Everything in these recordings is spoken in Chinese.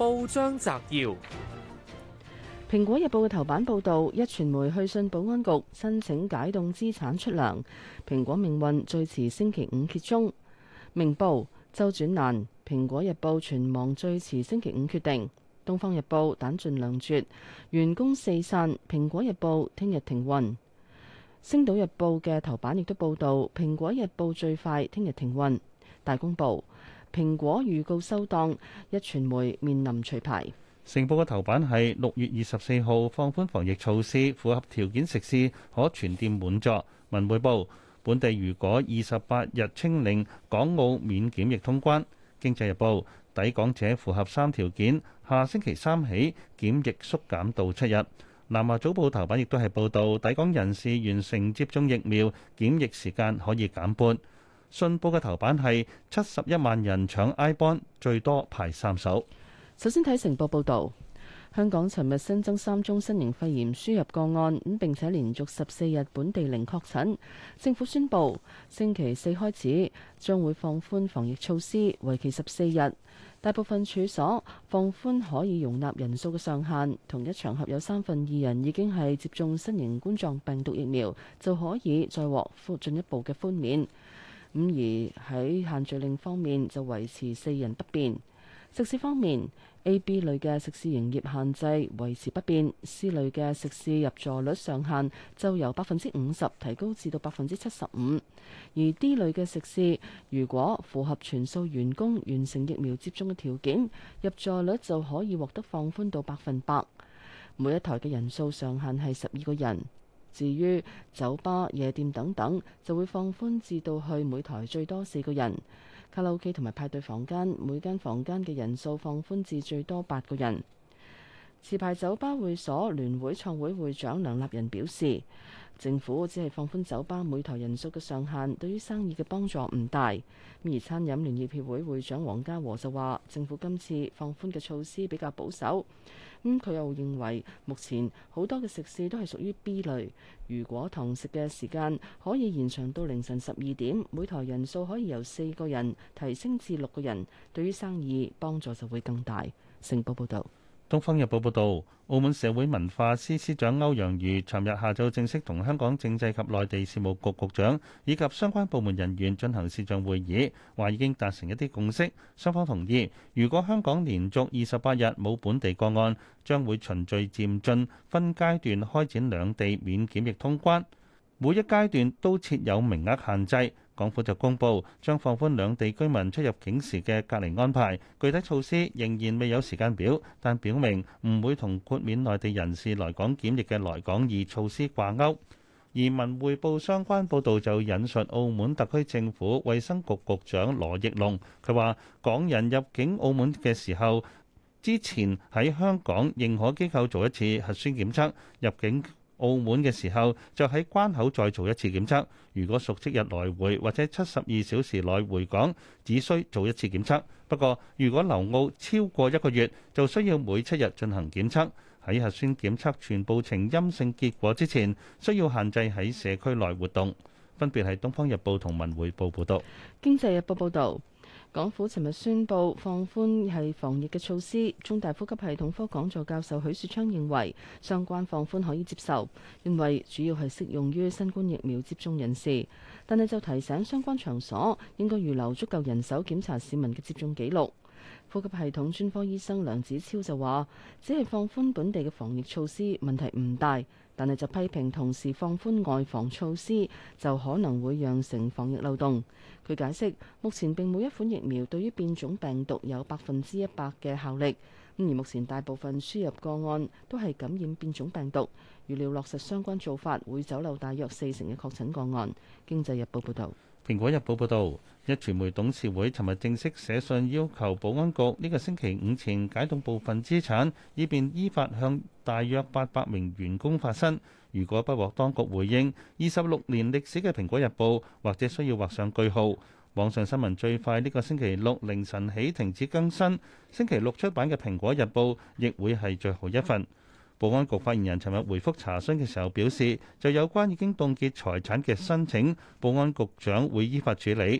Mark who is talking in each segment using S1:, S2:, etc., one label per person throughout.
S1: 報章摘要：
S2: 蘋果日報嘅頭版報導，壹傳媒去信保安局申請解凍資產出糧，蘋果命運最遲星期五揭盅。明報周轉難，蘋果日報存亡最遲星期五決定。東方日報彈盡糧絕，員工四散，蘋果日報聽日停運。星島日報嘅頭版亦都報導，蘋果日報最快聽日停運。大公報蘋果預告收檔，壹傳媒面臨除牌。
S3: 成報嘅頭版係6月24號放寬防疫措施，符合條件食肆可全店滿座。文匯報本地如果28日清零，港澳免檢疫通關。經濟日報抵港者符合3條件，下星期三起檢疫縮減到7日。南華早報頭版亦都係報導抵港人士完成接種疫苗，檢疫時間可以減半。信報嘅頭版係71萬人搶 iBond， 最多排3首。
S2: 首先睇成報報導，香港尋日新增3宗新型肺炎輸入個案，並且連續14日本地零確診。政府宣布星期四開始將會放寬防疫措施，為期14日。大部分處所放寬可以容納人數嘅上限，同一場合有2/3人已經係接種新型冠狀病毒疫苗，就可以再獲進一步嘅寬免。而喺限聚令方面就維持4人不變。食肆方面，A、B 類嘅食肆營業限制維持不變，C 類嘅食肆入座率上限就由50%提高至到75%，而 D 類嘅食肆如果符合全數員工完成疫苗接種嘅條件，入座率就可以獲得放寬到100%。每一台嘅人數上限係12個人。至於酒吧、夜店等等，就會放寬至到去每台最多4個人。卡拉 OK 同埋派對房間，每間房間嘅人數放寬至最多8個人。持牌酒吧會所聯會創會會長梁立仁表示，政府只係放寬酒吧每台人數嘅上限，對於生意嘅幫助唔大。而餐飲聯業協會會長黃家和就話，政府今次放寬嘅措施比較保守。佢又認為，目前好多嘅食肆都係屬於 B 類，如果堂食嘅時間可以延長到凌晨12點，每台人數可以由4個人提升至6個人，對於生意幫助就會更大。成報報導。
S3: 《東方日報》報導，澳門社會文化司司長歐陽瑜尋日下晝正式同香港政制及內地事務局局長以及相關部門人員進行視像會議，話已經達成一啲共識，雙方同意，如果香港連續28日冇本地個案，將會循序漸進分階段開展兩地免檢疫通關，每一階段都設有名額限制。港府就公布將放寬兩地居民出入境時嘅隔離安排，具體措施仍然未有時間表，但表明唔會同豁免內地人士來港檢疫嘅來港易措施掛鈎。而文匯報相關報導就引述澳門特區政府衛生局局長羅奕龍，佢話港人入境澳門嘅時候，之前喺香港認可機構做一次核酸檢測，入境澳門嘅時候就喺關口再做一次檢測，如果屬即日來回或者72小時內回港，只需做一次檢測。不過如果留澳超過1個月，就需要每7日進行檢測。喺核酸檢測全部呈陰性結果之前，需要限制喺社區內活動。分別係《東方日報》同《文匯報》報導。《
S2: 經濟日報》報導。港府尋日宣布放寬係防疫嘅措施，中大呼吸系統科講座教授許樹昌認為相關放寬可以接受，因為主要係適用於新冠疫苗接種人士，但係就提醒相關場所應該預留足夠人手檢查市民嘅接種記錄。呼吸系統專科醫生梁子超就話，只係放寬本地嘅防疫措施，問題唔大，但係就批評同時放寬外防措施就可能會釀成防疫漏洞。佢解釋，目前並冇一款疫苗對於變種病毒有100%嘅效力，而目前大部分輸入個案都係感染變種病毒，預料落實相關做法會走漏大約40%嘅確診個案。經濟日報報導。
S3: 蘋果日報報導，壹傳媒董事會尋日正式寫信要求保安局呢個星期5前解凍部分資產，以便依法向大約800名員工發薪。如果不獲當局回應，26年歷史嘅蘋果日報或者需要畫上句號。網上新聞最快呢個星期六凌晨起停止更新，星期六出版嘅蘋果日報亦會係最後一份。保安局發言人尋日回覆查詢嘅時候表示，就有關已經凍結財產嘅申請，保安局長會依法處理。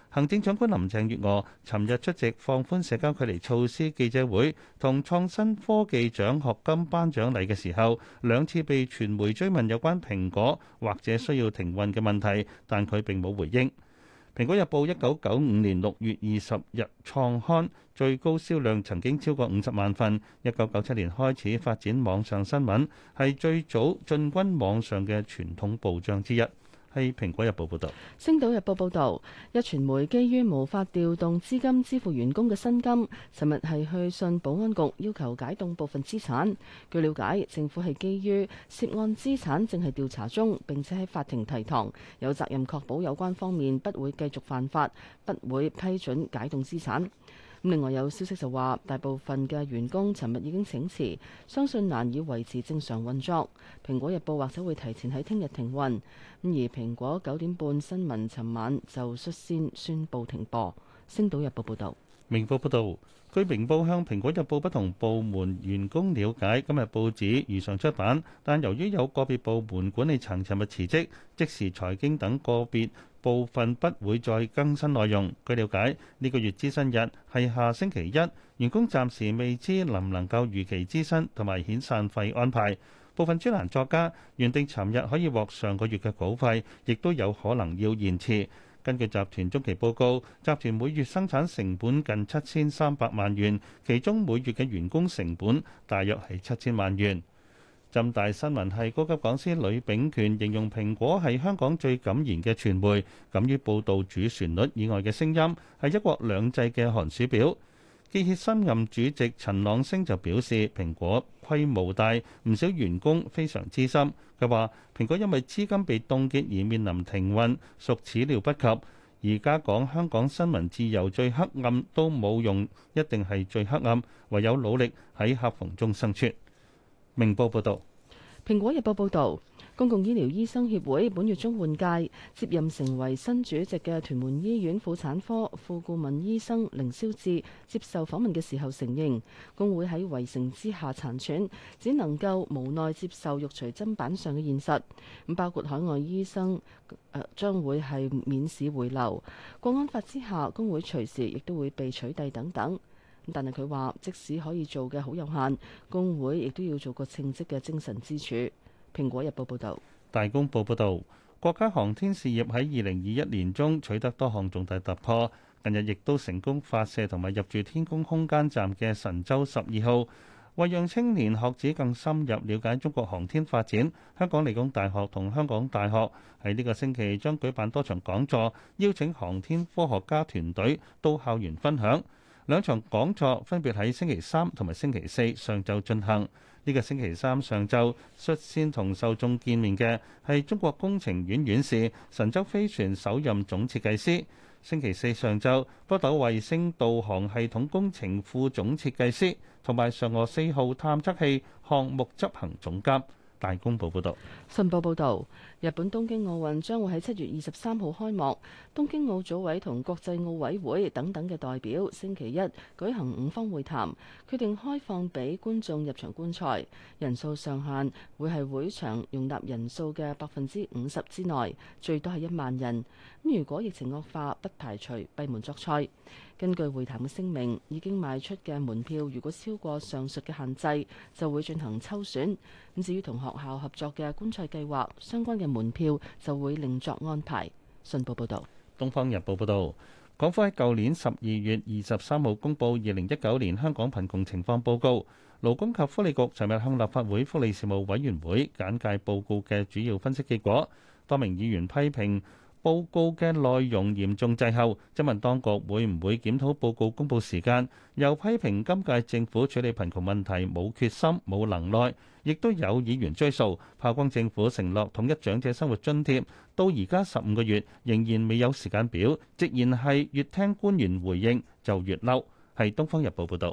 S3: 行政長官林鄭月娥尋日出席放寬社交距離措施記者會同創新科技獎學金頒獎禮嘅時候，兩次被傳媒追問有關蘋果或者需要停運嘅問題，但佢並冇回應。《蘋果日報》1995年6月20日創刊，最高銷量曾經超過50萬份。1997年開始發展網上新聞，係最早進軍網上嘅傳統報章之一。係《蘋果日報》報導，《
S2: 星島日報》報導，壹傳媒基於無法調動資金支付員工嘅薪金，尋日係去信保安局要求解凍部分資產。據了解，政府係基於涉案資產正係調查中，並且喺法庭提堂，有責任確保有關方面不會繼續犯法，不會批准解凍資產。另外有消息就話，大部分嘅員工尋日已經請辭，相信難以維持正常運作。蘋果日報或者會提前喺聽日停運。而蘋果9點半新聞尋晚就率先宣布停播。星島日報報導。
S3: 明報報導，據明報向蘋果日報不同部門員工了解，今日報紙如常出版，但由於有個別部門管理層尋日辭職，即時財經等個別部分不會再更新內容。據了解，呢個月資薪日係下星期一，員工暫時未知能唔能夠如期資薪同埋遣散費安排。部分專欄作家原定尋日可以獲上個月嘅稿費，亦都有可能要延遲。根據集團中期報告，集團每月生產成本近7300萬元，其中每月嘅員工成本大約係7000萬元。浸大新聞系高級講師呂秉權形容蘋果係香港最敢言嘅傳媒，敢於報導主旋律以外嘅聲音，係一國兩制嘅寒暑表。記協新任主席陳朗昇就表示，蘋果規模大，唔少員工非常資深。佢話：蘋果因為資金被凍結而面臨停運，屬始料不及。而家講香港新聞自由最黑暗都冇用，一定係最黑暗，唯有努力喺夾縫中生存。明報報導。
S2: 蘋果日報報導，公共醫療醫生協會本月中換屆，接任成為新主席嘅屯門醫院婦產科副顧問醫生凌霄志接受訪問嘅時候承認，工會喺圍城之下殘喘，只能夠無奈接受肉隨砧板上嘅現實。咁包括海外醫生將會係免試回流，國安法之下工會隨時亦都會被取締等等。但係佢話，即使可以做嘅好有限，工會亦都要做個稱職嘅精神支柱。蘋果日報報導。
S3: 大公報報導，國家航天事業喺2021年中取得多項重大突破，近日亦都成功發射同埋入住天宮空間站嘅神舟12號。為讓青年學子更深入了解中國航天發展，香港理工大學同香港大學喺呢個星期將舉辦多場講座，邀請航天科學家團隊到校園分享。兩場講座分別喺星期三同埋星期四上晝進行。呢個星期三上晝率先同受眾見面嘅係中國工程院院士、神舟飛船首任總設計師。星期四上晝，北斗衛星導航系統工程副總設計師同埋嫦娥4號探測器項目執行總監。大公報報導。
S2: 信報報導，日本東京奧運將會喺7月23號開幕。東京奧組委同國際奧委會等等嘅代表星期一舉行5方會談，決定開放俾觀眾入場觀賽，人數上限會係會場容納人數嘅50%之內，最多係1萬人。咁如果疫情惡化，不排除閉門作賽。根據會談嘅聲明，已經賣出嘅門票如果超過上述嘅限制，就會進行抽選。咁至於同學校合作嘅觀賽計劃，相關嘅門票就會另作安排。信報報導。
S3: 《東方日報》報導，港府喺舊年12月23號公佈2019年香港貧窮情況報告。勞工及福利局尋日向立法會福利事務委員會簡介報告嘅主要分析結果。多名議員批評報告嘅內容嚴重滯後，質問當局會唔會檢討報告公佈時間，又批評今屆政府處理貧窮問題冇決心、冇能耐。亦都有議員追訴，炮轟政府承諾統一長者生活津貼，到而家15個月仍然未有時間表，直言係越聽官員回應就越嬲。係《東方日報》報導。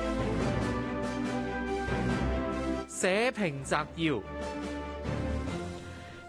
S1: 社評摘要。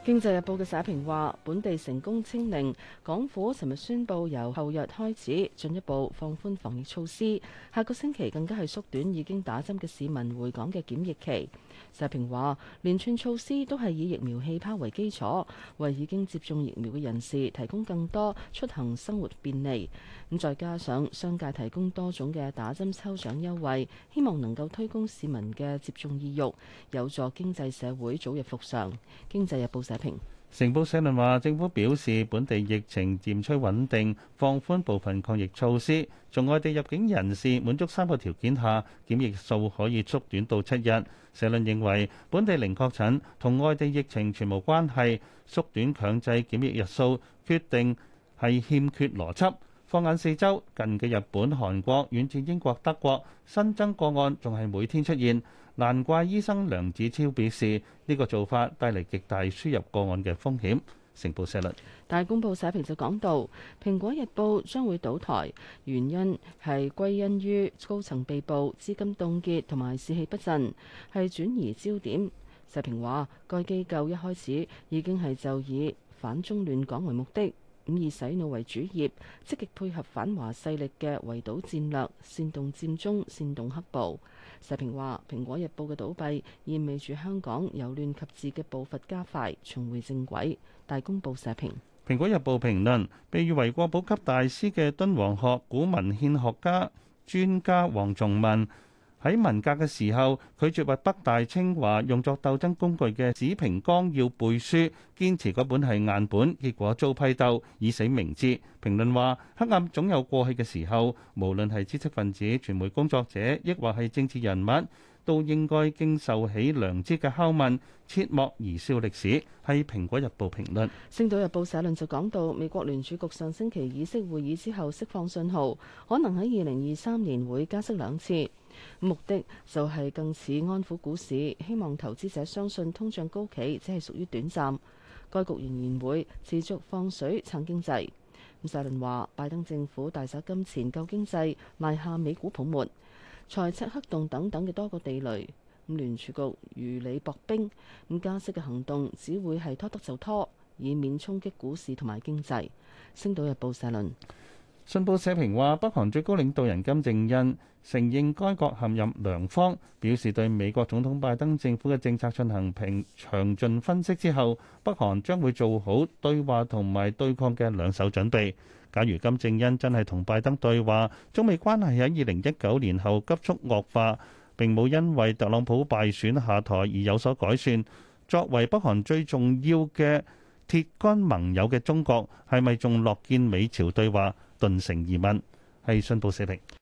S2: 經濟日報嘅社評話，本地成功清零，港府尋日宣布由後日開始進一步放寬防疫措施，下個星期更加係縮短已經打針嘅市民回港嘅檢疫期。社評話，連串措施都係以疫苗氣泡為基礎，為已經接種疫苗嘅人士提供更多出行生活便利。咁再加上商界提供多種嘅打針抽獎優惠，希望能夠推高市民嘅接種意欲，有助經濟社會早日復常。經濟日報社評。
S3: 成報社論話，政府表示本地疫情漸趨穩定，放寬部分抗疫措施，從外地入境人士滿足3個條件下，檢疫數可以縮短到7日。社論認為本地零確診同外地疫情全無關係，縮短強制檢疫日數決定係欠缺邏輯。放眼四周，近嘅日本、韓國遠至英國、德國，新增個案仲係每天出現。難怪醫生梁子超表示，呢個做法帶嚟極大輸入個案嘅風險。成報社論。
S2: 大公報社評就講到，蘋果日報將會倒台，原因係歸因於高層被捕、資金凍結同埋士氣不振，係轉移焦點。社評話，該機構一開始已經係就以反中亂港為目的，以洗腦為主業，積極配合反華勢力嘅圍堵戰略，煽動佔中、煽動黑暴。社評話，蘋果日報嘅倒閉意味住香港由亂及治嘅步伐加快，重回正軌。大公報社評。
S3: 蘋果日報評論，被譽為國寶級大師嘅敦煌學古文獻學家專家王崇文喺文革嘅時候，拒絕為北大清華用作鬥爭工具嘅《紫平綱要》背書，堅持嗰本係硬本，結果遭批鬥，以死明志。評論話，黑暗總有過去嘅時候，無論係知識分子、傳媒工作者，抑或係政治人物，都應該經受起良知嘅拷問，切莫貽笑歷史。係《蘋果日報》評論。《
S2: 星島日報》社論就講到，美國聯儲局上星期議息會議之後釋放信號，可能喺2023年會加息2次。目的就係更似安撫股市，希望投資者相信通脹高企只係屬於短暫，該局仍然會持續放水撐經濟。咁社論話，拜登政府大灑金錢救經濟，埋下美股泡沫、財赤黑洞等等嘅多個地雷。咁聯儲局如履薄冰，咁加息嘅行動只會係拖得就拖，以免衝擊股市同埋經濟。星島日報社論。
S3: 信報社評話，北韓最高領導人金正恩承認該國陷入糧荒，表示對美國總統拜登政府嘅政策進行詳盡分析之後，北韓將會做好對話同埋對抗嘅兩手準備。假如金正恩真係同拜登對話，中美關係喺2019年後急速惡化，並冇因為特朗普敗選下台而有所改善。作為北韓最重要嘅鐵桿盟友嘅中國，係咪仲樂見美朝對話，頓成疑問。係信報社評。